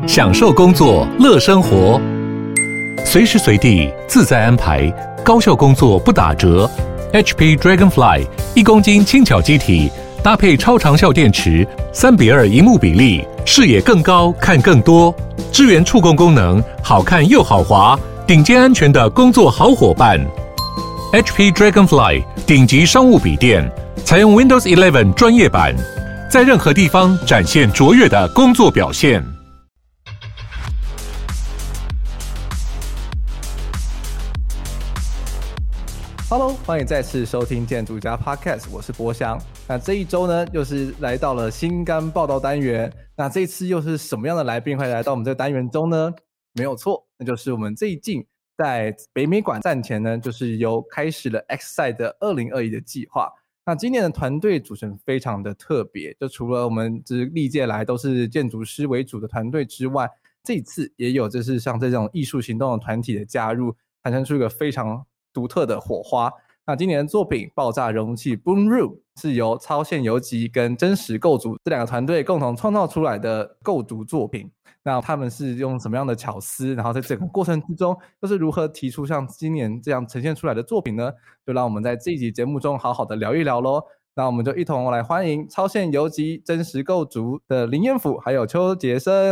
享受工作，乐生活，随时随地自在安排，高效工作不打折。HP Dragonfly 1公斤轻巧机体，搭配超长效电池，3:2萤幕比例，视野更高，看更多，支援触控功能，好看又好滑，顶尖安全的工作好伙伴。HP Dragonfly 顶级商务笔电，采用 Windows 11专业版，在任何地方展现卓越的工作表现。 Hello， 欢迎再次收听建筑家 Podcast， 我是博翔。那这一周呢，又是来到了新肝报道单元。那这一次又是什么样的来宾会来到我们这个单元中呢？没有错，那就是我们最近在北美馆站前呢，就是由开始了 X 赛的2021的计划。那今年的团队组成非常的特别，就除了我们历届来都是建筑师为主的团队之外，这一次也有就是像这种艺术行动的团体的加入，产生出一个非常独特的火花。那今年的作品爆炸容器 Boom Room 是由超线游集跟真实构筑这两个团队共同创造出来的构筑作品。那他们是用什么样的巧思，然后在整个过程之中又是如何提出像今年这样呈现出来的作品呢？就让我们在这一集节目中好好的聊一聊咯。那我们就一同来欢迎超线游集真实构筑的林彦甫还有邱杰生。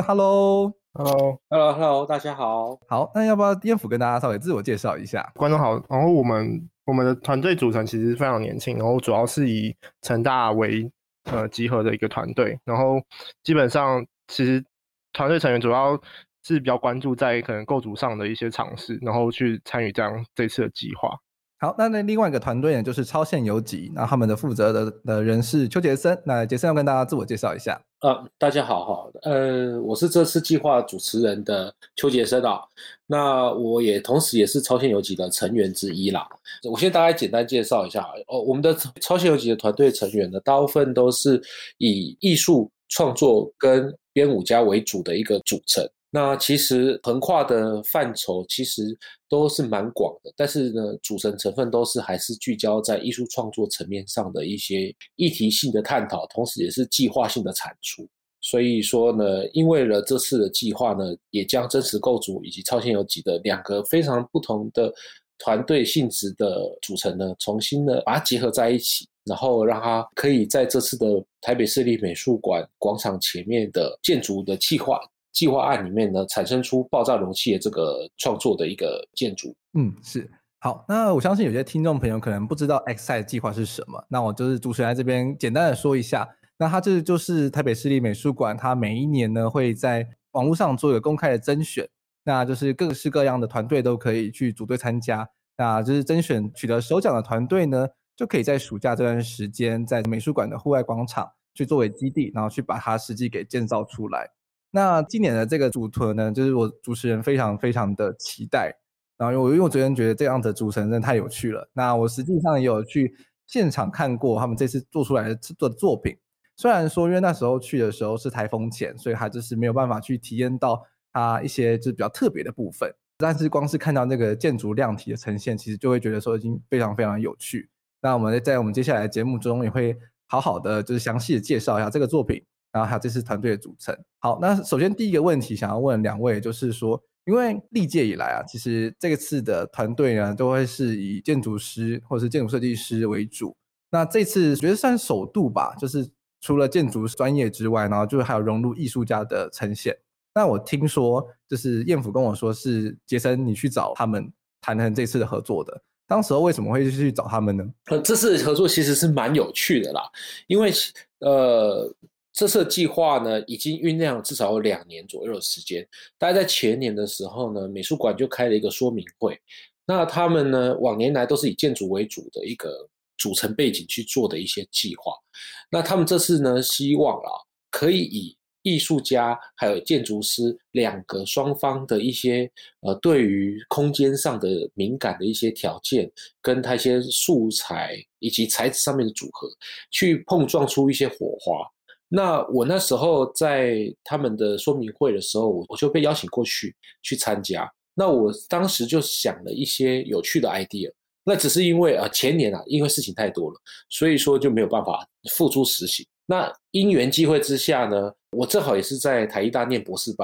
Hello， 大家好。 好，那要不要彦甫跟大家稍微自我介绍一下？ 观众好，然后我们的团队组成其实非常年轻，然后主要是以成大为集合的一个团队，然后基本上其实团队成员主要是比较关注在可能构筑上的一些尝试，然后去参与这次的计划。 好，那另外一个团队呢，就是超线游集，那他们的负责的人是邱杰森。那杰森要跟大家自我介绍一下。 大家好，我是这次计划主持人的邱杰森啊。那我也同时也是超线游集的成员之一啦。我先大概简单介绍一下我们的超线游集的团队成员呢，大部分都是以艺术创作跟编舞家为主的一个组成。那其实横跨的范畴其实都是蛮广的，但是呢，组成成分都是还是聚焦在艺术创作层面上的一些议题性的探讨，同时也是计划性的产出。所以说呢，因为了这次的计划呢，也将真实构筑以及超线游集的两个非常不同的团队性质的组成呢，重新的把它结合在一起，然后让它可以在这次的台北市立美术馆广场前面的建筑的计划案里面呢，产生出爆炸容器的这个创作的一个建筑。 是。好，那我相信有些听众朋友可能不知道 X 赛计划是什么，那我就是主持人在这边简单的说一下。那它这就是台北市立美术馆，它每一年呢会在网络上做一个公开的甄选，那就是各式各样的团队都可以去组队参加。那就是甄选取得首奖的团队呢，就可以在暑假这段时间在美术馆的户外广场去作为基地，然后去把它实际给建造出来。那今年的这个组团呢，就是我主持人非常非常的期待。然后因为我昨天觉得这样的组成真的太有趣了。那我实际上也有去现场看过他们这次做出来的作品。虽然说因为那时候去的时候是台风前，所以还就是没有办法去体验到它一些就是比较特别的部分，但是光是看到那个建筑量体的呈现，其实就会觉得说已经非常非常有趣。那我们在我们接下来的节目中也会好好的就是详细的介绍一下这个作品，然后还有这次团队的组成。好，那首先第一个问题想要问两位，就是说因为历届以来啊，其实这次的团队呢都会是以建筑师或是建筑设计师为主。那这次觉得算首度吧，就是除了建筑专业之外，然后就还有融入艺术家的呈现。那我听说就是彦甫跟我说是杰森你去找他们谈这次的合作的，当时候为什么会去找他们呢？ 这次的合作其实是蛮有趣的啦，因为这次的计划呢已经酝酿至少有2年左右的时间。大概在前年的时候呢，美术馆就开了一个说明会。那他们呢往年来都是以建筑为主的一个组成背景去做的一些计划。那他们这次呢希望可以以艺术家还有建筑师两个双方的一些对于空间上的敏感的一些条件，跟它一些素材以及材质上面的组合，去碰撞出一些火花。那我那时候在他们的说明会的时候，我就被邀请过去参加。那我当时就想了一些有趣的 idea， 那只是因为前年因为事情太多了，所以说就没有办法付诸实行。那因缘际会之下呢，我正好也是在台艺大念博士班，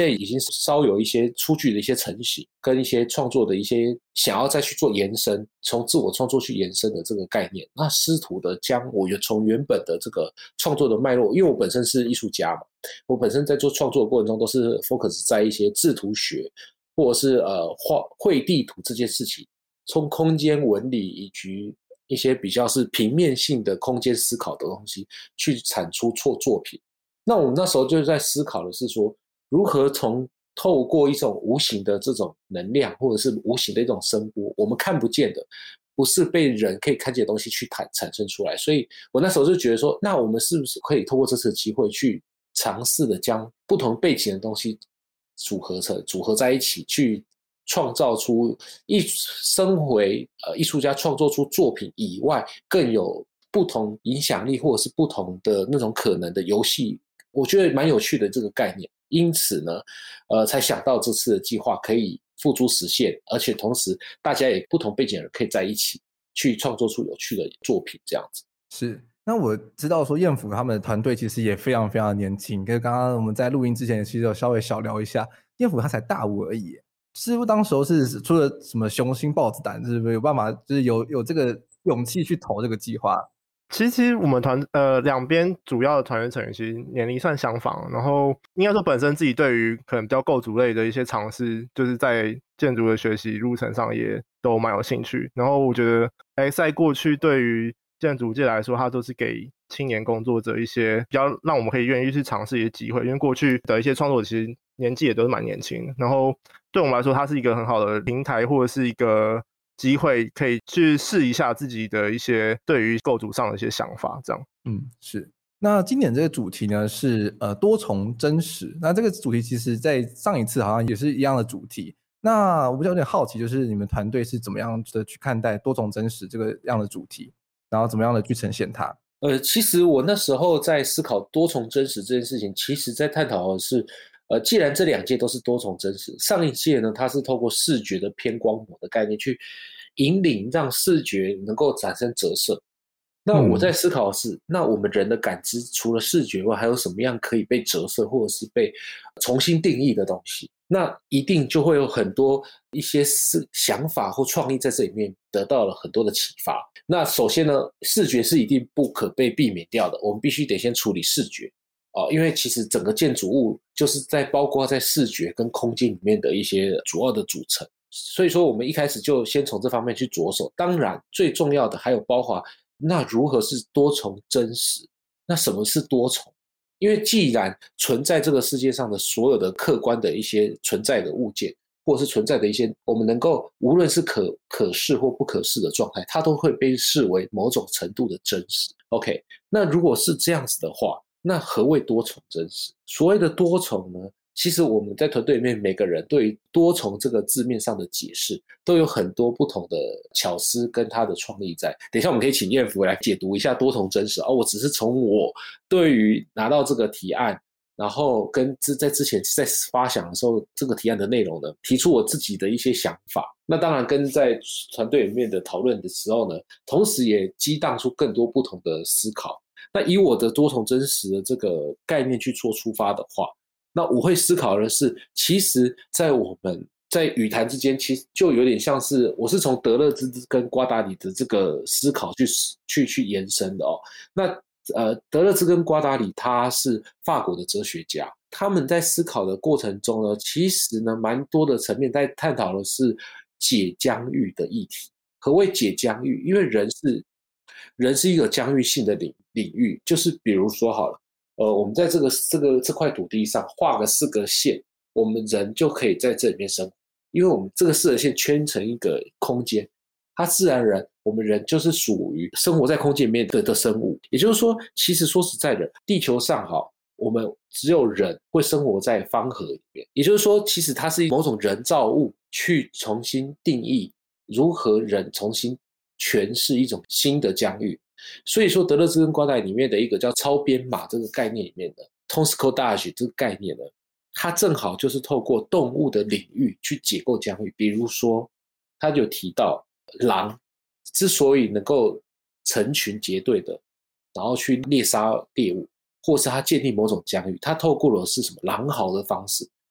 现在已经稍有一些出具的一些成型，跟一些创作的一些想要再去做延伸，从自我创作去延伸的这个概念。那试图的将我从原本的这个创作的脉络，因为我本身是艺术家嘛，我本身在做创作的过程中都是 focus 在一些制图学或者是绘地图这件事情，从空间纹理以及一些比较是平面性的空间思考的东西去产出作品。那我们那时候就在思考的是说，如何透过一种无形的这种能量，或者是无形的一种声波，我们看不见的，不是被人可以看见的东西去产生出来。所以我那时候就觉得说，那我们是不是可以透过这次的机会去尝试的将不同背景的东西组合在一起，去创造出身为艺术家创作出作品以外更有不同影响力或者是不同的那种可能的游戏，我觉得蛮有趣的这个概念。因此呢才想到这次的计划可以付诸实现，而且同时大家也不同背景的人可以在一起去创作出有趣的作品这样子。 是，那我知道说彦甫他们的团队其实也非常非常的年轻，跟刚刚我们在录音之前其实有稍微小聊一下，彦甫他才大5而已，是不是当时候是出了什么雄心豹子胆，是不是有办法就是有这个勇气去投这个计划？ 其实我们两边主要的团员成员其实年龄算相仿，然后应该说本身自己对于可能比较构筑类的一些尝试，就是在建筑的学习路程上也都蛮有兴趣。然后我觉得在过去对于建筑界来说，它都是给青年工作者一些比较让我们可以愿意去尝试一些机会，因为过去的一些创作者其实年纪也都是蛮年轻的，然后对我们来说它是一个很好的平台或者是一个机会，可以去试一下自己的一些对于构筑上的一些想法这样。 是。那今年这个主题呢是多重真实，那这个主题其实在上一次好像也是一样的主题，那我比较有点好奇，就是你们团队是怎么样的去看待多重真实这个样的主题，然后怎么样的去呈现它？ 其实我那时候在思考多重真实这件事情，其实在探讨的是既然这2届都是多重真实，上一届呢它是透过视觉的偏光膜的概念去引领让视觉能够产生折射。那我在思考的是，那我们人的感知除了视觉外，还有什么样可以被折射或者是被重新定义的东西？那一定就会有很多一些想法或创意在这里面得到了很多的启发。那首先呢，视觉是一定不可被避免掉的，我们必须得先处理视觉因为其实整个建筑物就是包括在视觉跟空间里面的一些主要的组成。所以说我们一开始就先从这方面去着手。当然最重要的还有包括那如何是多重真实，那什么是多重？因为既然存在这个世界上的所有的客观的一些存在的物件，或者是存在的一些我们能够无论是可视或不可视的状态，它都会被视为某种程度的真实。 OK， 那如果是这样子的话，那何谓多重真实？所谓的多重呢，其实我们在团队里面每个人对于多重这个字面上的解释都有很多不同的巧思跟他的创意在。等一下我们可以请彦甫来解读一下多重真实我只是从我对于拿到这个提案，然后跟在之前在发想的时候这个提案的内容呢，提出我自己的一些想法。那当然跟在团队里面的讨论的时候呢，同时也激荡出更多不同的思考。那以我的多重真实的这个概念去做出发的话，那我会思考的是，其实在我们在语坛之间，其实就有点像是我是从德勒兹跟瓜达里的这个思考去延伸的那德勒兹跟瓜达里他是法国的哲学家，他们在思考的过程中呢，其实呢蛮多的层面在探讨的是解疆域的议题。何谓解疆域？因为人是一个疆域性的领域，就是比如说好了。我们在这块土地上画个4个线，我们人就可以在这里面生活，因为我们这个4个线圈成一个空间，它自然而然我们人就是属于生活在空间里面的生物。也就是说，其实说实在的，地球上我们只有人会生活在方盒里面，也就是说，其实它是某种人造物去重新定义如何人重新诠释一种新的疆域。所以说德勒兹跟瓜达里面的一个叫超编码这个概念里面的 Transcodage 这个概念呢，它正好就是透过动物的领域去解构疆域。比如说他就提到狼之所以能够成群结队的然后去猎杀猎物，或是他建立某种疆域，他透过的是什么狼嚎的方式。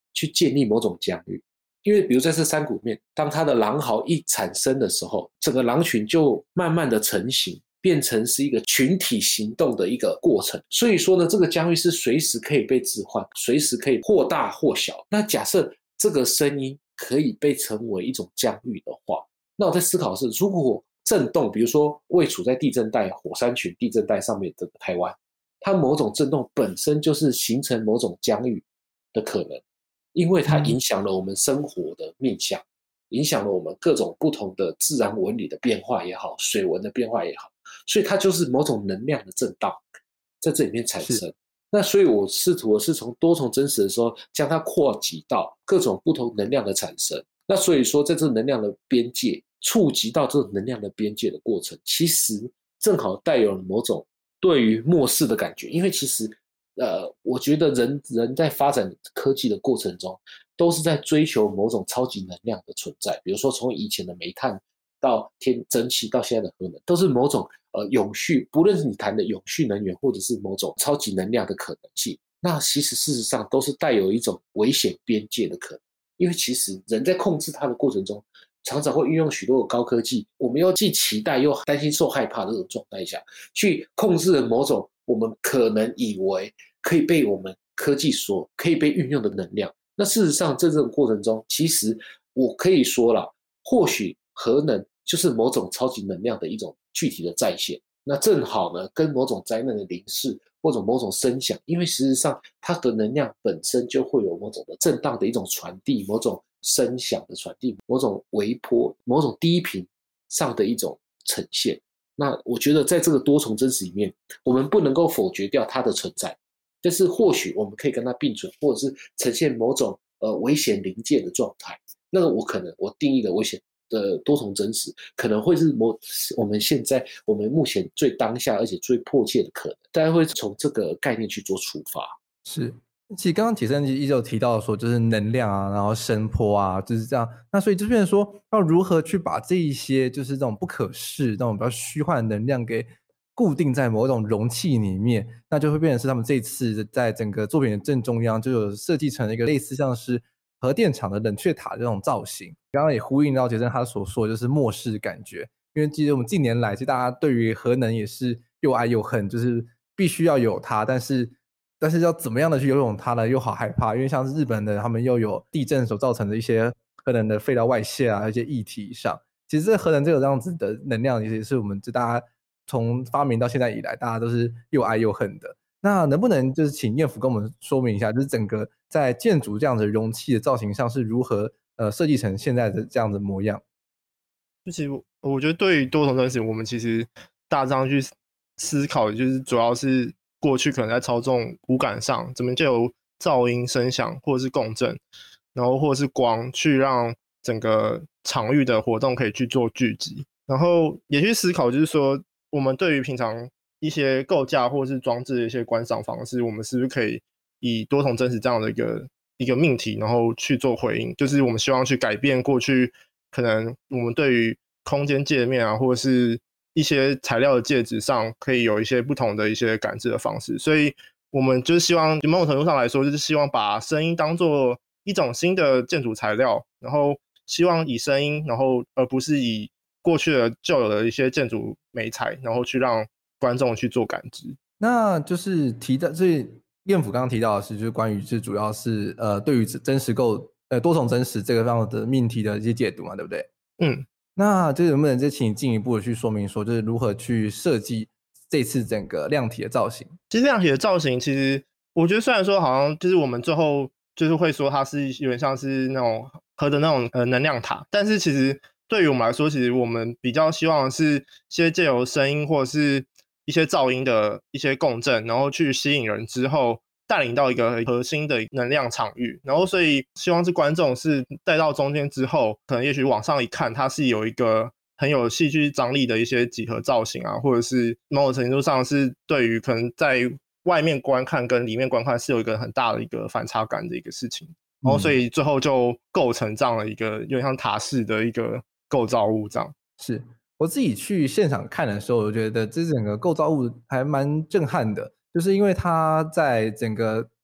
去建立某种疆域。因为比如在这山谷里面，当它的狼嚎一产生的时候，整个狼群就慢慢的成型，变成是一个群体行动的一个过程。所以说呢，这个疆域是随时可以被置换，随时可以或大或小。那假设这个声音可以被称为一种疆域的话，那我在思考的是，如果震动，比如说位处在地震带火山群地震带上面的台湾，它某种震动本身就是形成某种疆域的可能，因为它影响了我们生活的面向，影响了我们各种不同的自然纹理的变化也好，水文的变化也好，所以它就是某种能量的震荡在这里面产生。那所以我试图的是从多重真实的时候将它扩及到各种不同能量的产生。那所以说在这个能量的边界触及到这种能量的边界的过程，其实正好带有了某种对于末世的感觉。因为其实我觉得人在发展科技的过程中都是在追求某种超级能量的存在，比如说从以前的煤炭到蒸汽到现在的核能，都是某种永续，不论是你谈的永续能源或者是某种超级能量的可能性，那其实事实上都是带有一种危险边界的可能。因为其实人在控制它的过程中常常会运用许多的高科技，我们又既期待又担心受害怕的这种状态下去控制了某种我们可能以为可以被我们科技所可以被运用的能量。那事实上在这种过程中，其实我可以说啦，或许核能就是某种超级能量的一种具体的再现。那正好呢，跟某种灾难的临逝或者某种声响，因为事实上它的能量本身就会有某种的震荡的一种传递，某种声响的传递，某种微波，某种低频上的一种呈现。那我觉得在这个多重真实里面，我们不能够否决掉它的存在，但是或许我们可以跟它并存，或者是呈现某种危险临界的状态。那个我定义的危险的多重真实，可能会是我们目前最当下而且最迫切的可能，大家会从这个概念去做出发。 是，其实刚刚铁生一直有提到说，就是能量啊，然后声波啊，就是这样。那所以就变成说，要如何去把这一些就是这种不可视、这种比较虚幻的能量给固定在某种容器里面，那就会变成是他们这一次在整个作品的正中央就有设计成了一个类似像是核电厂的冷却塔这种造型。刚刚也呼应到铁生他所说的就是末世感觉，因为其实我们近年来其实大家对于核能也是又爱又恨，就是必须要有它，但是要怎么样的去游泳它呢？又好害怕，因为像是日本的他们又有地震所造成的一些核能的废料外泄啊，一些议题上，其实这核能这个样子的能量也是我们大家从发明到现在以来，大家都是又爱又恨的。那能不能就是请彦甫跟我们说明一下，就是整个在建筑这样的容器的造型上是如何设计成现在的这样的模样？ 就其实我觉得对于多重真实，我们其实大致上去思考，就是主要是过去可能在操纵五感上，怎么就有噪音、声响或者是共振，然后或者是光，去让整个场域的活动可以去做聚集，然后也去思考，就是说我们对于平常一些构架或是装置的一些观赏方式，我们是不是可以以多重真实这样的一个命题，然后去做回应，就是我们希望去改变过去可能我们对于空间界面啊，或者是一些材料的介质上，可以有一些不同的一些感知的方式。所以我们就是希望某种程度上来说，就是希望把声音当做一种新的建筑材料，然后希望以声音，然后而不是以过去的旧有的一些建筑媒材，然后去让观众去做感知。 那就是提到，所以彦甫刚刚提到的是，就是关于是主要是对于真实多重真实这个样的命题的一些解读嘛，对不对？ 嗯， 那这能不能再请你进一步的去说明说，就是如何去设计这次整个量体的造型？ 其实量体的造型，其实我觉得虽然说好像就是我们最后就是会说它是有点像是那种核的那种能量塔，但是其实对于我们来说，其实我们比较希望的是借由声音或者是一些噪音的一些共振，然后去吸引人之后带领到一个核心的能量场域，然后所以希望是观众是带到中间之后，可能也许往上一看，它是有一个很有戏剧张力的一些几何造型啊，或者是某种程度上是对于可能在外面观看跟里面观看是有一个很大的一个反差感的一个事情，然后所以最后就构成这样的一个有点像塔式的一个构造物这样。 是我自己去现场看的时候，我觉得这整个构造物还蛮震撼的，就是因为它在整个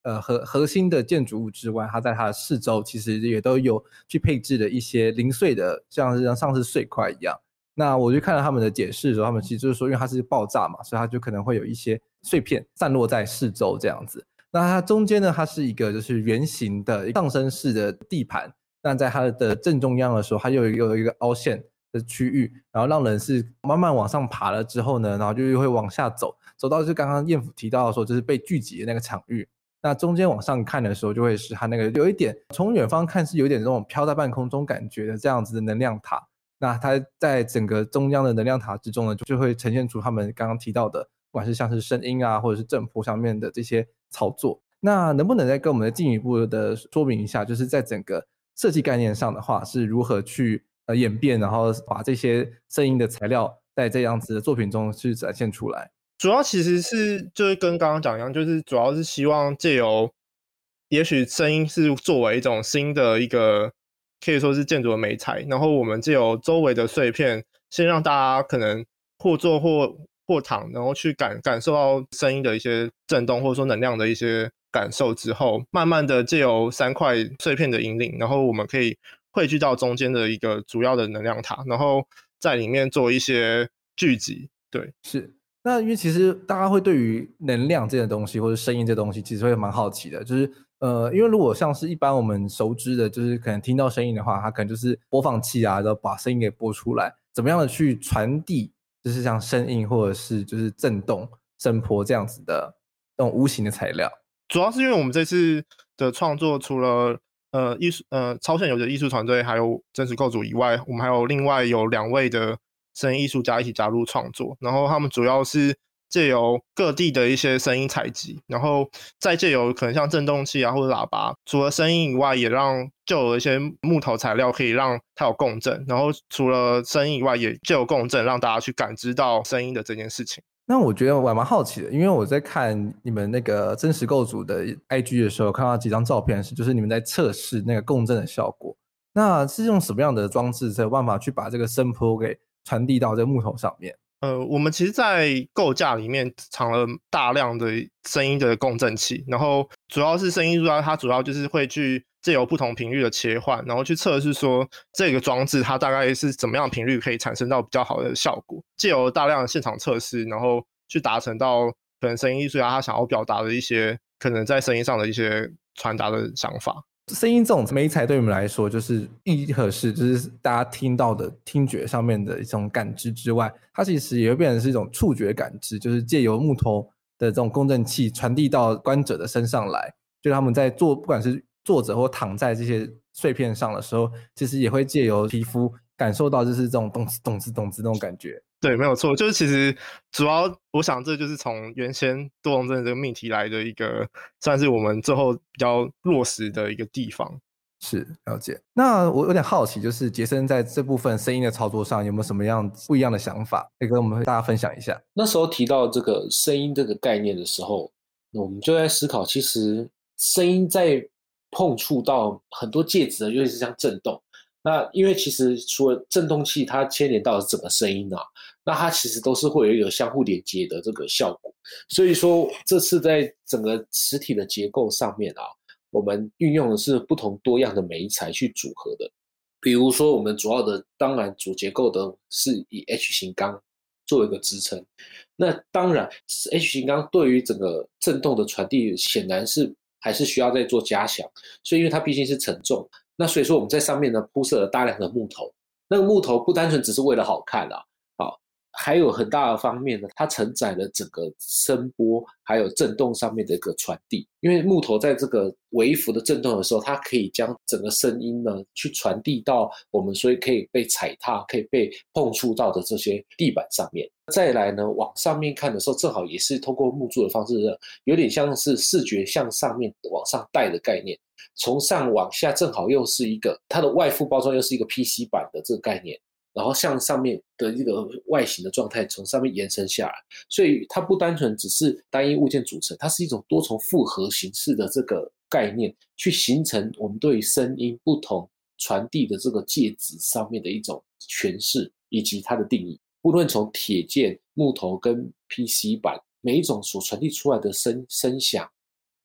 核心的建筑物之外，它在它的四周其实也都有去配置了一些零碎的，像是碎块一样。那我就看了他们的解释的时候，他们其实就是说，因为它是爆炸嘛，所以它就可能会有一些碎片散落在四周这样子。那它中间呢，它是一个就是圆形的上升式的地盘。那在它的正中央的时候，它又有一个凹陷的区域，然后让人是慢慢往上爬了之后呢，然后就会往下走，走到就刚刚彦甫提到的说，就是被聚集的那个场域。那中间往上看的时候，就会是它那个有一点从远方看是有点这种飘在半空中感觉的这样子的能量塔。那它在整个中央的能量塔之中呢，就会呈现出他们刚刚提到的，不管是像是声音啊，或者是振波上面的这些操作。那能不能再跟我们进一步的说明一下，就是在整个设计概念上的话，是如何去演变，然后把这些声音的材料在这样子的作品中去展现出来？ 主要其实是就是跟刚刚讲一样，就是主要是希望借由也许声音是作为一种新的一个可以说是建筑的媒材，然后我们借由周围的碎片，先让大家可能或坐或躺，然后去感受到声音的一些震动，或者说能量的一些感受之后，慢慢的借由3块碎片的引领，然后我们可以汇聚到中间的一个主要的能量塔，然后在里面做一些聚集。对， 是。那因为其实大家会对于能量这件东西或者声音这东西其实会蛮好奇的，就是因为如果像是一般我们熟知的，就是可能听到声音的话，它可能就是播放器啊，然后把声音给播出来，怎么样的去传递，就是像声音或者是就是震动、声波这样子的这种无形的材料。 主要是因为我们这次的创作除了超现有的艺术团队还有真实构筑以外，我们还有另外有2位的声音艺术家一起加入创作，然后他们主要是借由各地的一些声音采集，然后再借由可能像振动器啊或者喇叭，除了声音以外，也让就有一些木头材料可以让它有共振，然后除了声音以外，也就有共振，让大家去感知到声音的这件事情。 那我觉得我还蛮好奇的，因为我在看你们那个真实构筑的 IG 的时候，看到几张照片就是你们在测试那个共振的效果。那是用什么样的装置才有办法去把这个声波给传递到这个木头上面？ 我们其实在构架里面藏了大量的声音的共振器，然后主要是声音艺术家，它主要就是会去借由不同频率的切换，然后去测试说这个装置它大概是怎么样的频率可以产生到比较好的效果，借由大量的现场测试，然后去达成到可能声音艺术家他想要表达的一些可能在声音上的一些传达的想法。 声音这种媒材对你们来说，就是一合适，就是大家听到的听觉上面的一种感知之外，它其实也会变成是一种触觉感知，就是借由木头的这种共振器传递到观者的身上来，就他们在不管是坐着或躺在这些碎片上的时候，其实也会借由皮肤感受到就是这种咚哧咚哧咚哧那种感觉。 对，没有错，就是其实主要我想这就是从原先多动症这个命题来的一个，算是我们最后比较落实的一个地方。 是，了解。那我有点好奇，就是杰森在这部分声音的操作上有没有什么样不一样的想法，可以跟我们大家分享一下？ 那时候提到这个声音这个概念的时候，那我们就在思考，其实声音在碰触到很多介质的，尤其是像震动。那因为其实除了振动器它牵连到整个声音啊，那它其实都是会有一个相互连接的这个效果。所以说这次在整个实体的结构上面啊，我们运用的是不同多样的媒材去组合的。比如说我们主要的当然主结构的是以 H 型钢作为一个支撑，那当然 H 型钢对于整个振动的传递显然是还是需要再做加强，所以因为它毕竟是承重，那所以说我们在上面呢铺设了大量的木头，那个木头不单纯只是为了好看啊，还有很大的方面呢，它承载了整个声波还有震动上面的一个传递。因为木头在这个微幅的震动的时候，它可以将整个声音呢去传递到我们所以可以被踩踏、可以被碰触到的这些地板上面。再来呢，往上面看的时候，正好也是通过木柱的方式，有点像是视觉向上面往上带的概念。从上往下，正好又是一个它的外附包装又是一个 PC 版的这个概念。然后向上面的一个外形的状态从上面延伸下来，所以它不单纯只是单一物件组成，它是一种多重复合形式的这个概念，去形成我们对于声音不同传递的这个介质上面的一种诠释以及它的定义。无论从铁件、木头跟 PC 板，每一种所传递出来的声响，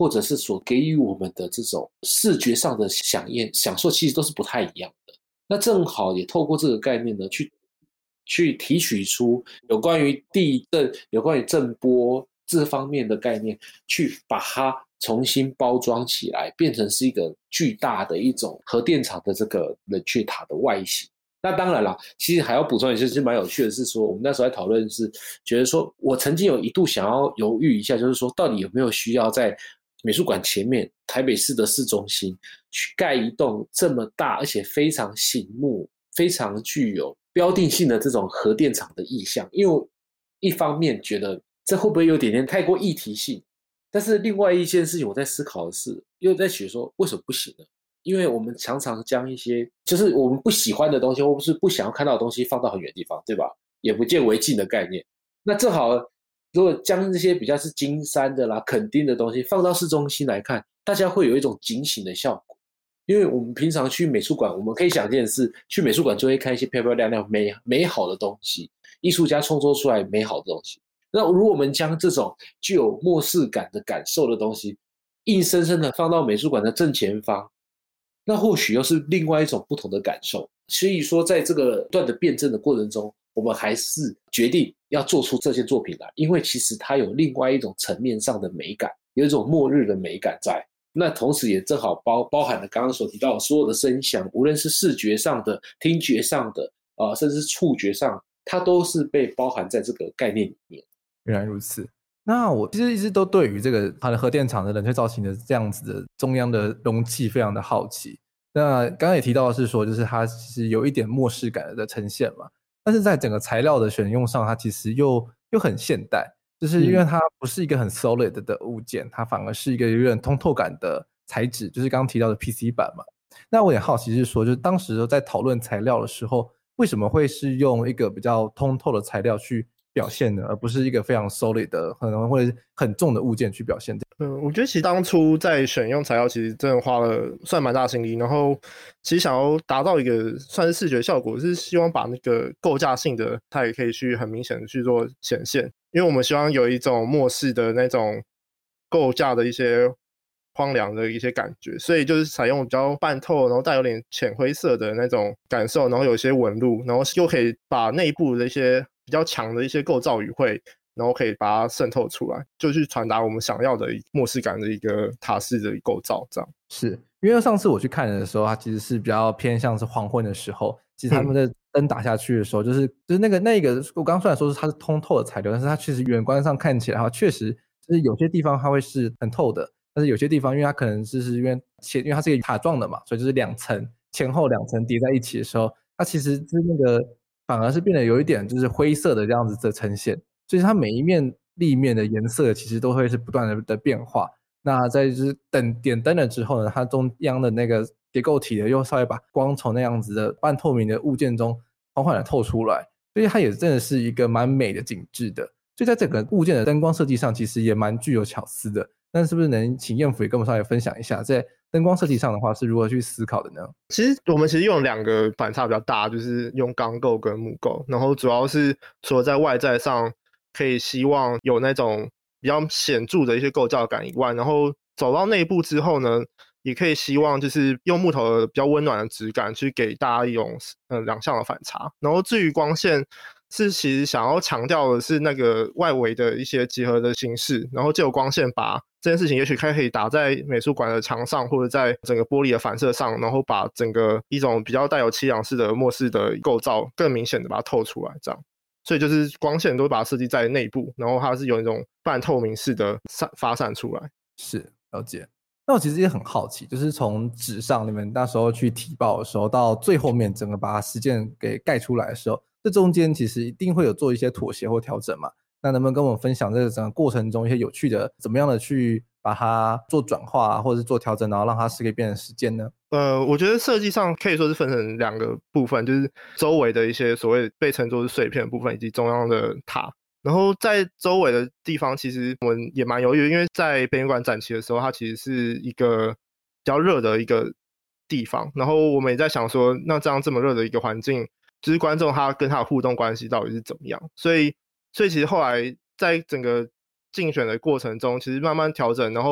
或者是所给予我们的这种视觉上的享受，其实都是不太一样的。那正好也透过这个概念呢，去提取出有关于地震、有关于震波这方面的概念，去把它重新包装起来，变成是一个巨大的一种核电厂的这个冷却塔的外形。那当然啦，其实还要补充一下，是蛮有趣的是说，我们那时候在讨论是觉得说，我曾经有一度想要犹豫一下，就是说到底有没有需要在美术馆前面台北市的市中心去盖一栋这么大而且非常醒目、非常具有标定性的这种核电厂的意象。因为一方面觉得这会不会有点太过议题性，但是另外一件事情我在思考的是，又在写说为什么不行呢？因为我们常常将一些就是我们不喜欢的东西，或是不想要看到的东西放到很远的地方，对吧？眼不见为净的概念。那正好如果将这些比较是金山的啦、垦丁的东西放到市中心来看，大家会有一种警醒的效果。因为我们平常去美术馆，我们可以想见的是，去美术馆就会看一些漂漂亮亮、美好的东西，艺术家创作出来美好的东西。那如果我们将这种具有末世感的感受的东西，硬生生的放到美术馆的正前方，那或许又是另外一种不同的感受。所以说在这个不断的辩证的过程中，我们还是决定要做出这件作品来，因为其实它有另外一种层面上的美感，有一种末日的美感在。那同时也正好包含了刚刚所提到的所有的声响，无论是视觉上的、听觉上的甚至是触觉上，它都是被包含在这个概念里面。 原来如此。那我其实一直都对于这个它的核电厂的冷却造型的这样子的中央的容器非常的好奇。那刚刚也提到的是说，就是它其实有一点末世感的呈现嘛，但是在整个材料的选用上，它其实又很现代，就是因为它不是一个很 solid 的物件，它反而是一个有点通透感的材质，就是刚刚提到的 PC 板嘛。那我也好奇是说，就是当时在讨论材料的时候，为什么会是用一个比较通透的材料去表现呢，而不是一个非常 solid 的可能或者很重的物件去表现？ 我觉得其实当初在选用材料其实真的花了算蛮大心力，然后其实想要达到一个算是视觉效果，是希望把那个构架性的它也可以去很明显的去做显现，因为我们希望有一种末世的那种构架的一些荒凉的一些感觉，所以就是采用比较半透然后带有点浅灰色的那种感受，然后有一些纹路，然后又可以把内部的一些比较强的一些构造语汇，然后可以把它渗透出来，就去传达我们想要的末世感的一个塔式的构造。这样是因为上次我去看的时候，它其实是比较偏向是黄昏的时候，其实他们的灯打下去的时候，就是那个我刚刚虽然说是它是通透的材料，但是它确实远观上看起来的话，确实就是有些地方它会是很透的，但是有些地方因为它可能就是因为它是一个塔状的嘛，所以就是两层前后两层叠在一起的时候，它其实是那个反而是变得有一点就是灰色的这样子的呈现，所以它每一面立面的颜色其实都会是不断的变化。那在就是点灯了之后呢，它中央的那个结构体的又稍微把光从那样子的半透明的物件中缓缓的透出来，所以它也真的是一个蛮美的景致的。所以在整个物件的灯光设计上，其实也蛮具有巧思的。那是不是能请彦甫也跟我们稍微分享一下，在灯光设计上的话是如何去思考的呢？ 其实我们用两个反差比较大，就是用钢构跟木构，然后主要是除了在外在上可以希望有那种比较显著的一些构造感以外，然后走到内部之后呢，也可以希望就是用木头的比较温暖的质感去给大家一种两项的反差。然后至于光线，是其实想要强调的是那个外围的一些结合的形式，然后藉由光线把这件事情也许可以打在美术馆的墙上，或者在整个玻璃的反射上，然后把整个一种比较带有凄凉式的末世的构造更明显的把它透出来，这样。所以就是光线都会把它设计在内部，然后它是有一种半透明式的发散出来。 是，了解。那我其实也很好奇，就是从纸上你们那时候去提报的时候，到最后面整个把实践给盖出来的时候，这中间其实一定会有做一些妥协或调整嘛？那能不能跟我们分享这个整个过程中一些有趣的，怎么样的去把它做转化或者是做调整，然后让它是可以变成实践呢？ 我觉得设计上可以说是分成两个部分，就是周围的一些所谓被称作是碎片的部分，以及中央的塔。然后在周围的地方，其实我们也蛮犹豫，因为在北美馆展期的时候，它其实是一个比较热的一个地方。然后我们也在想说，那这样这么热的一个环境，就是观众他跟他的互动关系到底是怎么样？所以其实后来在整个竞选的过程中，其实慢慢调整，然后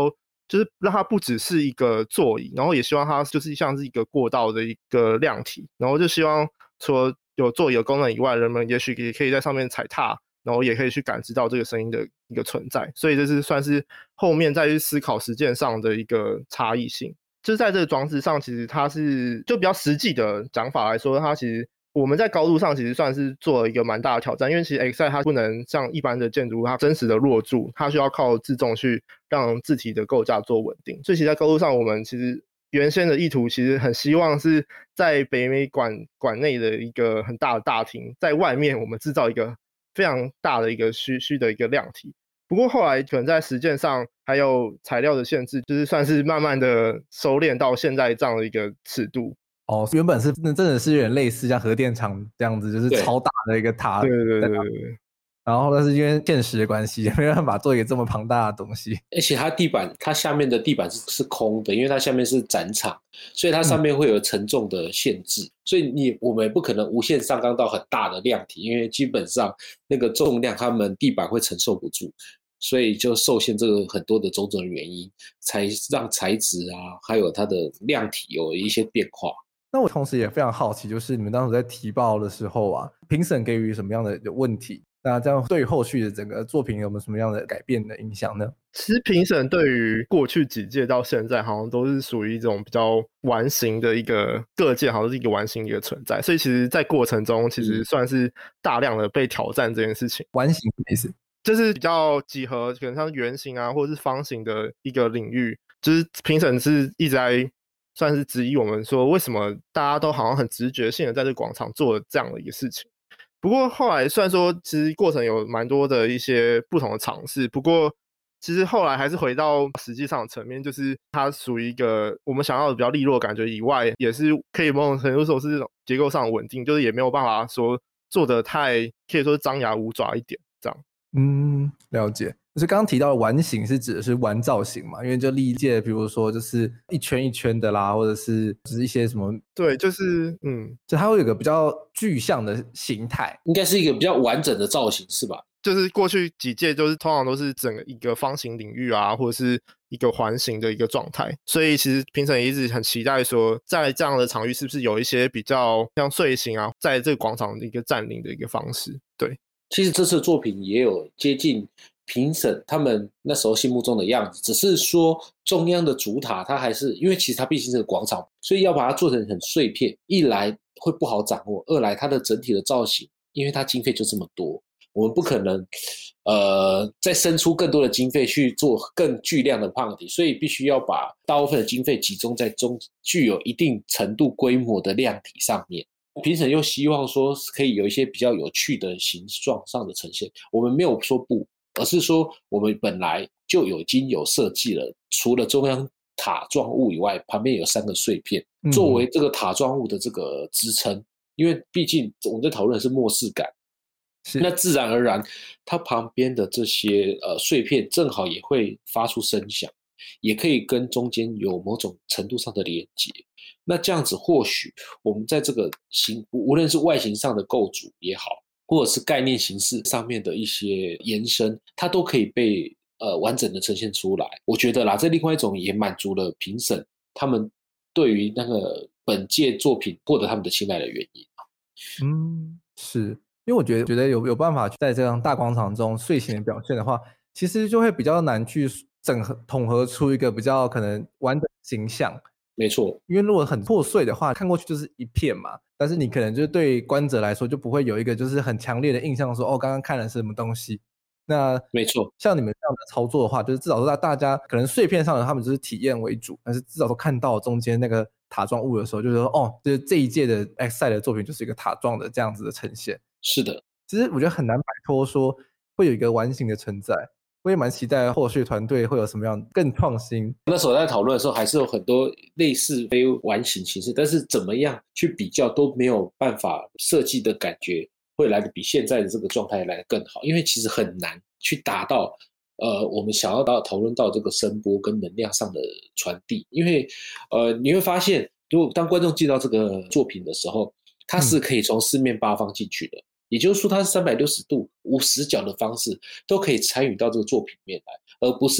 就是让它不只是一个座椅，然后也希望它就是像是一个过道的一个量体，然后就希望除了有座椅的功能以外，人们也许也可以在上面踩踏，然后也可以去感知到这个声音的一个存在，所以这是算是后面再去思考实践上的一个差异性。就是在这个装置上，其实它是就比较实际的讲法来说，它其实我们在高度上其实算是做了一个蛮大的挑战，因为其实 Excite 它不能像一般的建筑物它真实的落柱，它需要靠自重去让字体的构架做稳定，所以其实在高度上我们其实原先的意图其实很希望是在北美馆内的一个很大的大厅，在外面我们制造一个非常大的一个虚的一个量体。不过后来可能在实践上还有材料的限制，就是算是慢慢的收敛到现在这样的一个尺度。 哦，原本是真的是有点类似像核电厂这样子，就是超大的一个塔。 对。 然后但是因为现实的关系，没办法做一个这么庞大的东西。 而且它下面的地板是空的，因为它下面是展场，所以它上面会有承重的限制。所以我们也不可能无限上纲到很大的量体，因为基本上那个重量他们地板会承受不住。所以就受限这个很多的种种原因，才让材质啊，还有它的量体有一些变化。 那我同时也非常好奇，就是你们当时在提报的时候啊，评审给予什么样的问题？那这样对于后续的整个作品有没有什么样的改变的影响呢？ 其实评审对于过去几届到现在好像都是属于一种比较完形的一个，各届好像是一个完形的一个存在，所以其实在过程中其实算是大量的被挑战这件事情。 完形什么意思？ 就是比较几何，可能像圆形啊或者是方形的一个领域，就是评审是一直在算是质疑我们说为什么大家都好像很直觉性的在这个广场做了这样的一个事情。不过后来虽然说其实过程有蛮多的一些不同的尝试，不过其实后来还是回到实际上的层面，就是它属于一个我们想要的比较利落的感觉以外，也是可以某种程度说是结构上的稳定，就是也没有办法说做得太可以说是张牙舞爪一点这样。 了解。就是刚刚提到的完形是指的是玩造型嘛？因为就历届比如说就是一圈一圈的啦，或者是就是一些什么， 对，就是就它会有一个比较具象的形态， 应该是一个比较完整的造型是吧？ 就是过去几届就是通常都是整个一个方形领域啊，或者是一个环形的一个状态，所以其实评审也一直很期待说在这样的场域是不是有一些比较像碎形啊，在这个广场的一个占领的一个方式。对， 其实这次的作品也有接近评审他们那时候心目中的样子，只是说中央的主塔它还是因为其实它毕竟是个广场，所以要把它做成很碎片，一来会不好掌握，二来它的整体的造型因为它经费就这么多，我们不可能再生出更多的经费去做更巨量的胖体，所以必须要把大部分的经费集中在具有一定程度规模的量体上面。评审又希望说可以有一些比较有趣的形状上的呈现，我们没有说不，而是说我们本来就已经有设计了，除了中央塔状物以外，旁边有3个碎片作为这个塔状物的这个支撑，因为毕竟我们在讨论的是末世感，那自然而然它旁边的这些碎片正好也会发出声响，也可以跟中间有某种程度上的连接。那这样子或许我们在这个无论是外形上的构筑也好，或者是概念形式上面的一些延伸，它都可以被完整的呈现出来。我觉得啦，这另外一种也满足了评审他们对于那个本届作品获得他们的青睐的原因。 是因为我觉得有办法在这样大广场中碎形的表现的话，其实就会比较难去统合出一个比较可能完整的形象。 没错， 因为如果很破碎的话，看过去就是一片嘛，但是你可能就是对观者来说就不会有一个就是很强烈的印象说哦，刚刚看的是什么东西。那没错， 像你们这样的操作的话，就是至少说大家可能碎片上的他们就是体验为主，但是至少都看到中间那个塔状物的时候，就是说哦，就是这一届的 Excite 的作品就是一个塔状的这样子的呈现。 是的， 其实我觉得很难摆脱说会有一个完形的存在。我也蛮期待后续团队会有什么样更创新。 那时候在讨论的时候还是有很多类似非完形形式，但是怎么样去比较都没有办法设计的感觉会来的比现在的这个状态来的更好，因为其实很难去达到我们想要讨论到这个声波跟能量上的传递。因为你会发现如果当观众进到这个作品的时候，它是可以从四面八方进去的，也就是说它是360度无死角的方式都可以参与到这个作品面来，而不是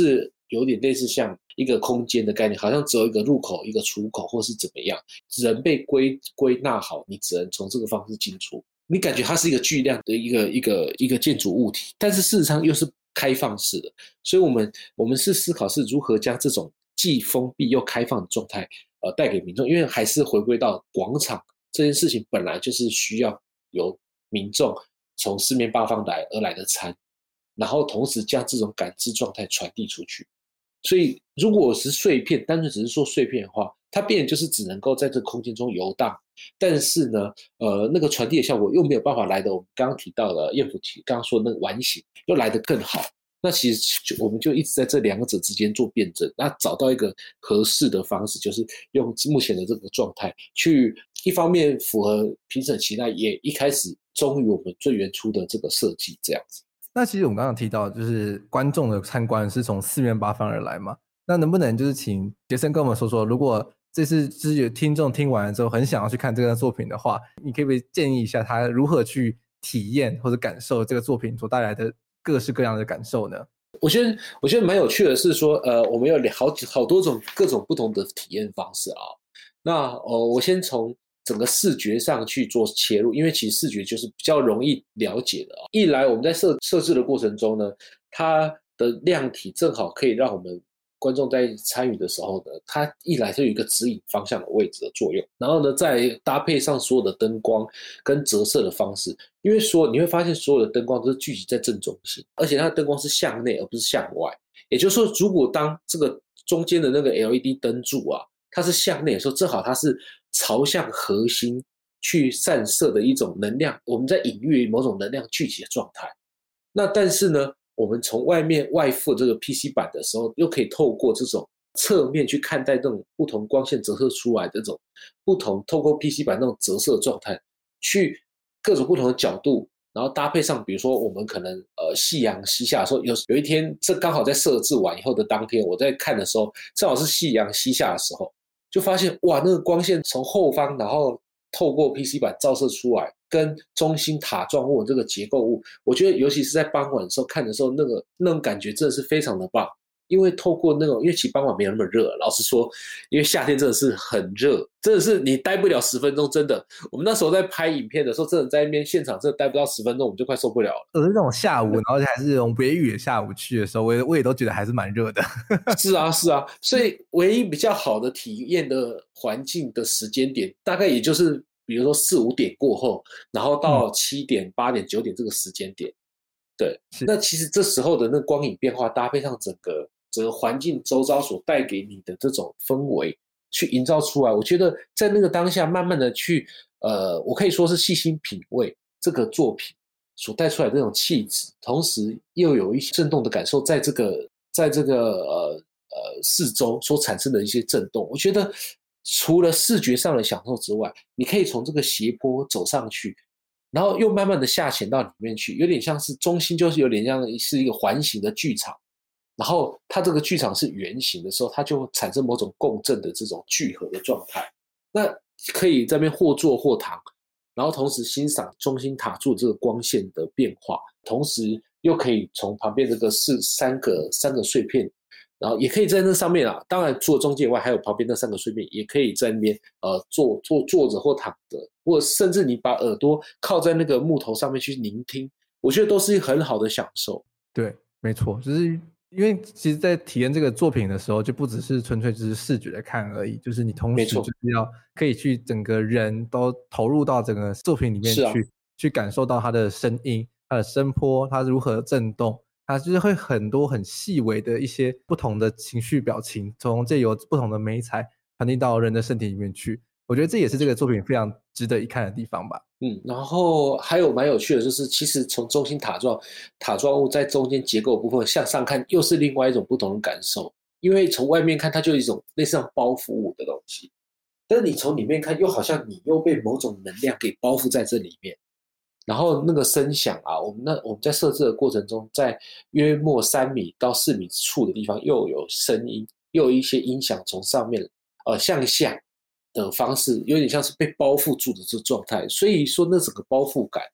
有点类似像一个空间的概念，好像只有一个入口、一个出口，或是怎么样，人被归纳好，你只能从这个方式进出。你感觉它是一个巨量的一个建筑物体，但是事实上又是开放式的，所以我们是思考是如何将这种既封闭又开放的状态带给民众，因为还是回归到广场这件事情本来就是需要由民众从四面八方而来的餐，然后同时将这种感知状态传递出去。所以如果是碎片，单纯只是说碎片的话，它变成就是只能够在这个空间中游荡，但是呢那个传递的效果又没有办法来的我们刚刚提到的燕府刚刚说的那个完形又来得更好。那其实我们就一直在这两者之间做辩证，那找到一个合适的方式，就是用目前的这个状态去一方面符合评审期待，也一开始忠于我们最原初的这个设计这样子。 那其实我们刚刚提到，就是观众的参观是从四面八方而来嘛，那能不能就是请杰森跟我们说说，如果这次就是听众听完了之后很想要去看这个作品的话，你可不可以建议一下他如何去体验或者感受这个作品所带来的各式各样的感受呢？ 我觉得蛮有趣的是说我们有好多种各种不同的体验方式啊。那我先从整个视觉上去做切入，因为其实视觉就是比较容易了解的。一来我们在设置的过程中呢，它的量体正好可以让我们观众在参与的时候呢，它一来就有一个指引方向的位置的作用，然后呢再搭配上所有的灯光跟折射的方式，因为你会发现所有的灯光都是聚集在正中心，而且它的灯光是向内而不是向外。也就是说，如果当这个中间的那个 LED 灯柱啊，它是向内的时候，正好它是朝向核心去散射的一种能量，我们在隐喻某种能量聚集的状态。那但是呢，我们从外附这个 PC 板的时候，又可以透过这种侧面去看待这种不同光线折射出来的这种不同，透过 PC 板那种折射的状态，去各种不同的角度，然后搭配上，比如说我们可能夕阳西下的时候，有一天这刚好在设置完以后的当天，我在看的时候，正好是夕阳西下的时候，就发现哇，那个光线从后方，然后透过 PC 板照射出来，跟中心塔状物这个结构物，我觉得尤其是在傍晚的时候看的时候，那种感觉真的是非常的棒。因为透过那种，因为其实傍晚没有那么热，老实说，因为夏天真的是很热，真的是你待不了10分钟，真的。我们那时候在拍影片的时候，真的在那边现场真的待不到10分钟，我们就快受不了了。 而是那种下午，然后还是这种微雨的下午去的时候，我也都觉得还是蛮热的。 是啊，是啊，所以唯一比较好的体验的环境的时间点，大概也就是比如说4、5点过后，然后到7点、8点、9点这个时间点。对，那其实这时候的那光影变化，搭配上整个环境周遭所带给你的这种氛围，去营造出来，我觉得在那个当下，慢慢的去我可以说是细心品味这个作品所带出来的这种气质，同时又有一些震动的感受，在这个四周所产生的一些震动，我觉得除了视觉上的享受之外，你可以从这个斜坡走上去，然后又慢慢的下潜到里面去，有点像是中心，就是有点像是一个环形的剧场，然后它这个剧场是圆形的时候，它就会产生某种共振的这种聚合的状态。那可以在那边或坐或躺，然后同时欣赏中心塔柱这个光线的变化，同时又可以从旁边这个三个碎片，然后也可以在那上面啊，当然除了中间以外，还有旁边那3个碎片，也可以在那边坐着或躺着，或者甚至你把耳朵靠在那个木头上面去聆听，我觉得都是一个很好的享受。 对，没错，就是因为其实在体验这个作品的时候，就不只是纯粹只是视觉的看而已，就是你同时就是要可以去整个人都投入到整个作品里面去感受到它的声音、它的声波、它如何震动，它就是会很多很细微的一些不同的情绪表情，从借由不同的媒材传递到人的身体里面去。我觉得这也是这个作品非常值得一看的地方吧。 然后还有蛮有趣的，就是其实从中心塔状物在中间结构的部分向上看，又是另外一种不同的感受。因为从外面看，它就有一种类似像包覆物的东西，但是你从里面看，又好像你又被某种能量给包覆在这里面。然后那个声响啊，我们在设置的过程中，在约莫3米到4米处的地方，又有声音，又有一些音响从上面向下的方式，有点像是被包覆住的这状态。所以说那整个包覆感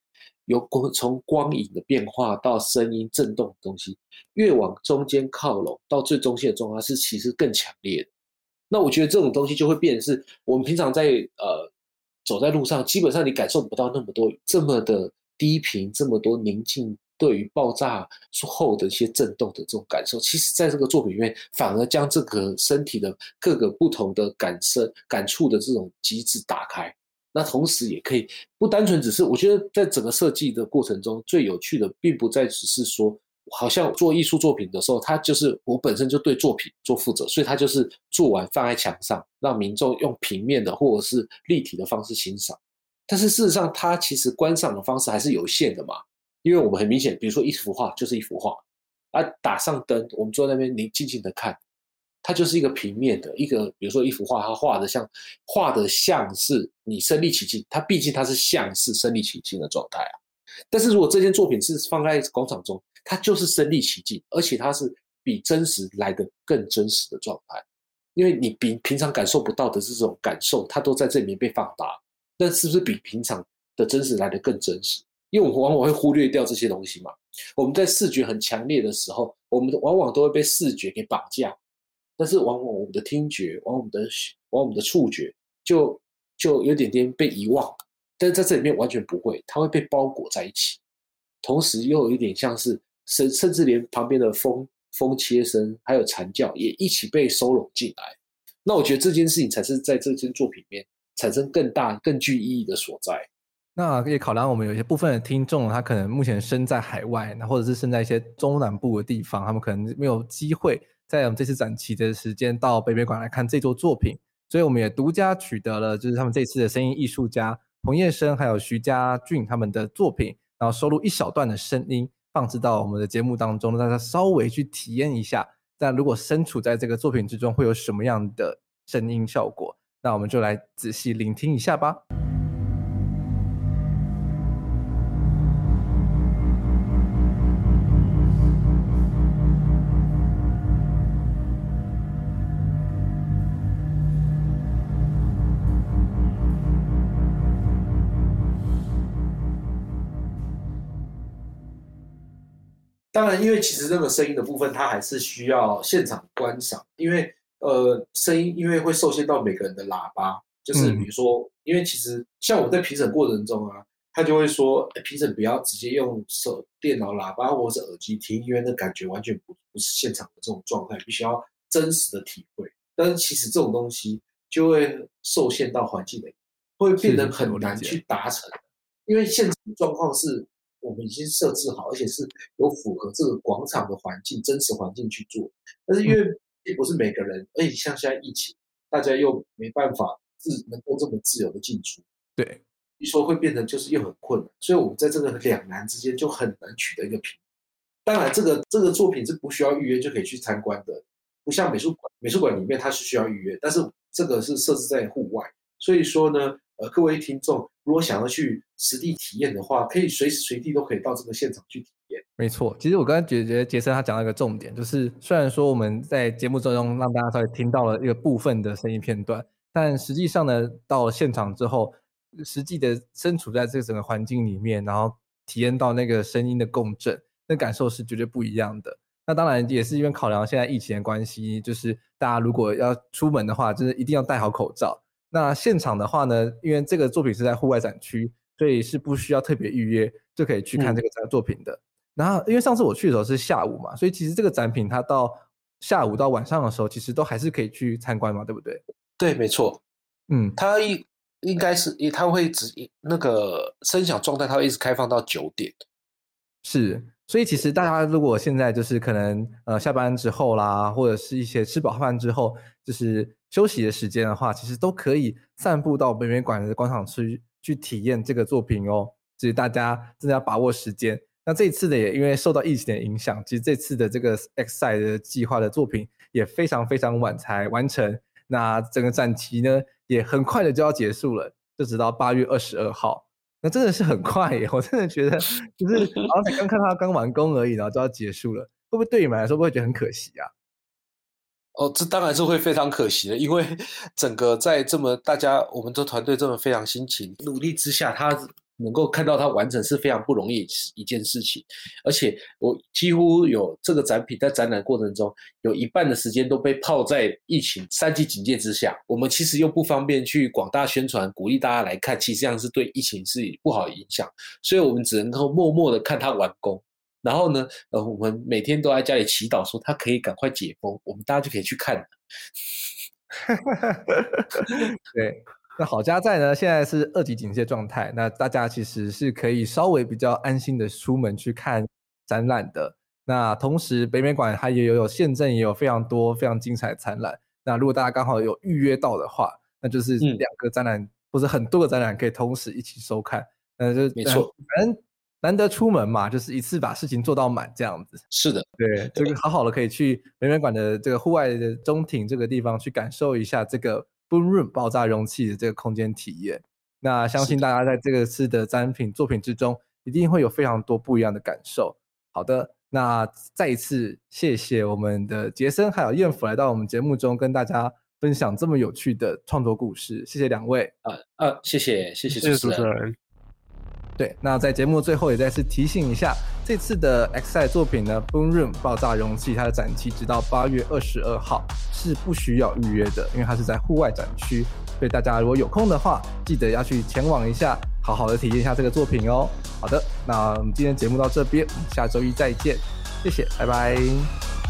从光影的变化到声音震动的东西，越往中间靠拢到最中心的状态是其实更强烈的。那我觉得这种东西就会变成是我们平常在走在路上，基本上你感受不到那么多这么的低频，这么多宁静对于爆炸后的一些震动的这种感受。其实在这个作品里面反而将这个身体的各个不同的感触的这种机制打开。那同时也可以不单纯只是，我觉得在整个设计的过程中最有趣的并不再只是说好像做艺术作品的时候，它就是我本身就对作品做负责，所以它就是做完放在墙上，让民众用平面的或者是立体的方式欣赏。但是事实上，它其实观赏的方式还是有限的嘛，因为我们很明显，比如说一幅画就是一幅画，打上灯，我们坐在那边，你静静的看，它就是一个平面的一个，比如说一幅画，它画的像是你身临其境，它毕竟它是像是身临其境的状态啊。但是如果这件作品是放在广场中，它就是身临其境，而且它是比真实来的更真实的状态，因为你平常感受不到的这种感受，它都在这里面被放大。那是不是比平常的真实来的更真实？因为我们往往会忽略掉这些东西嘛。我们在视觉很强烈的时候，我们往往都会被视觉给绑架，但是往往我们的听觉，往我们的触觉就有点点被遗忘。但是在这里面完全不会，它会被包裹在一起，同时又有一点像是甚至连旁边的风切声还有蝉叫也一起被收拢进来。那我觉得这件事情才是在这件作品里面产生更大更具意义的所在。 那也考量我们有一些部分的听众，他可能目前身在海外，或者是身在一些中南部的地方，他们可能没有机会在我们这次展期的时间到北美馆来看这座作品，所以我们也独家取得了就是他们这次的声音艺术家彭业生还有徐家俊他们的作品，然后收录一小段的声音放置到我们的节目当中，让大家稍微去体验一下，但如果身处在这个作品之中会有什么样的声音效果，那我们就来仔细聆听一下吧。 当然，因为其实那个声音的部分，它还是需要现场观赏，因为声音因为会受限到每个人的喇叭，就是比如说，因为其实像我们在评审过程中啊，他就会说，评审不要直接用电脑喇叭或者是耳机听，因为那感觉完全不是现场的这种状态，必须要真实的体会。但是其实这种东西就会受限到环境的，会变得很难去达成，因为现场的状况是我们已经设置好，而且是有符合这个广场的环境、真实环境去做。但是因为并不是每个人，而且像现在疫情，大家又没办法能够这么自由的进出， 对， 所以说会变成就是又很困难，所以我们在这个两难之间就很难取得一个平衡。当然，这个作品是不需要预约就可以去参观的，不像美术馆里面它是需要预约，但是这个是设置在户外，所以说呢，各位听众如果想要去实地体验的话，可以随时随地都可以到这个现场去体验。 没错，其实我刚才觉得杰森他讲到一个重点，就是虽然说我们在节目中让大家稍微听到了一个部分的声音片段，但实际上呢，到了现场之后，实际的身处在这个整个环境里面，然后体验到那个声音的共振，那感受是绝对不一样的。那当然也是因为考量现在疫情的关系，就是大家如果要出门的话，就是一定要戴好口罩。那现场的话呢，因为这个作品是在户外展区，所以是不需要特别预约就可以去看这个作品的。然后因为上次我去的时候是下午嘛，所以其实这个展品它到下午到晚上的时候，其实都还是可以去参观嘛，对不对？ 对，没错。它应该是它会那个声响状态，它会一直开放到9点。 是，所以其实大家如果现在就是可能下班之后啦，或者是一些吃饱饭之后，就是休息的时间的话，其实都可以散步到北美馆的广场区去体验这个作品哦。所以大家真的要把握时间。那这一次的也因为受到疫情的影响，其实这次的这个 X-Side 的计划的作品也非常非常晚才完成。那整个展期呢也很快的就要结束了，就直到8月22号。那真的是很快耶，我真的觉得就是好像才刚看到刚完工而已，然后就要结束了，会不会对你们来说会觉得很可惜啊？ 这当然是会非常可惜的，因为整个在我们的团队这么非常辛勤努力之下，它能够看到它完成是非常不容易一件事情，而且我几乎有这个展品在展览过程中有一半的时间都被泡在疫情3级警戒之下，我们其实又不方便去广大宣传鼓励大家来看，其实这样是对疫情是不好的影响，所以我们只能够默默的看它完工。然后呢，我们每天都在家里祈祷说它可以赶快解封，我们大家就可以去看了。 对，那好家在呢，现在是2级警戒状态，那大家其实是可以稍微比较安心的出门去看展览的。那同时北美馆它也有现正也有非常多非常精彩的展览，那如果大家刚好有预约到的话，那就是2个展览或者很多个展览可以同时一起收看。 没错， 反正难得出门嘛，就是一次把事情做到满这样子。 是的， 对，这个好好的可以去北美馆的这个户外的中庭这个地方去感受一下这个 Boom Room 爆炸容器的这个空间体验。那相信大家在这个次的展品作品之中，一定会有非常多不一样的感受。好的，那再一次谢谢我们的杰森还有燕甫来到我们节目中跟大家分享这么有趣的创作故事，谢谢2位。 谢谢主持人。 对，那在节目最后也再次提醒一下，这次的 Excite 作品呢 Boom Room 爆炸容器，它的展期直到8月22号是不需要预约的，因为它是在户外展区，所以大家如果有空的话，记得要去前往一下，好好的体验一下这个作品哦。好的，那我们今天节目到这边，我们下周一再见，谢谢，拜拜。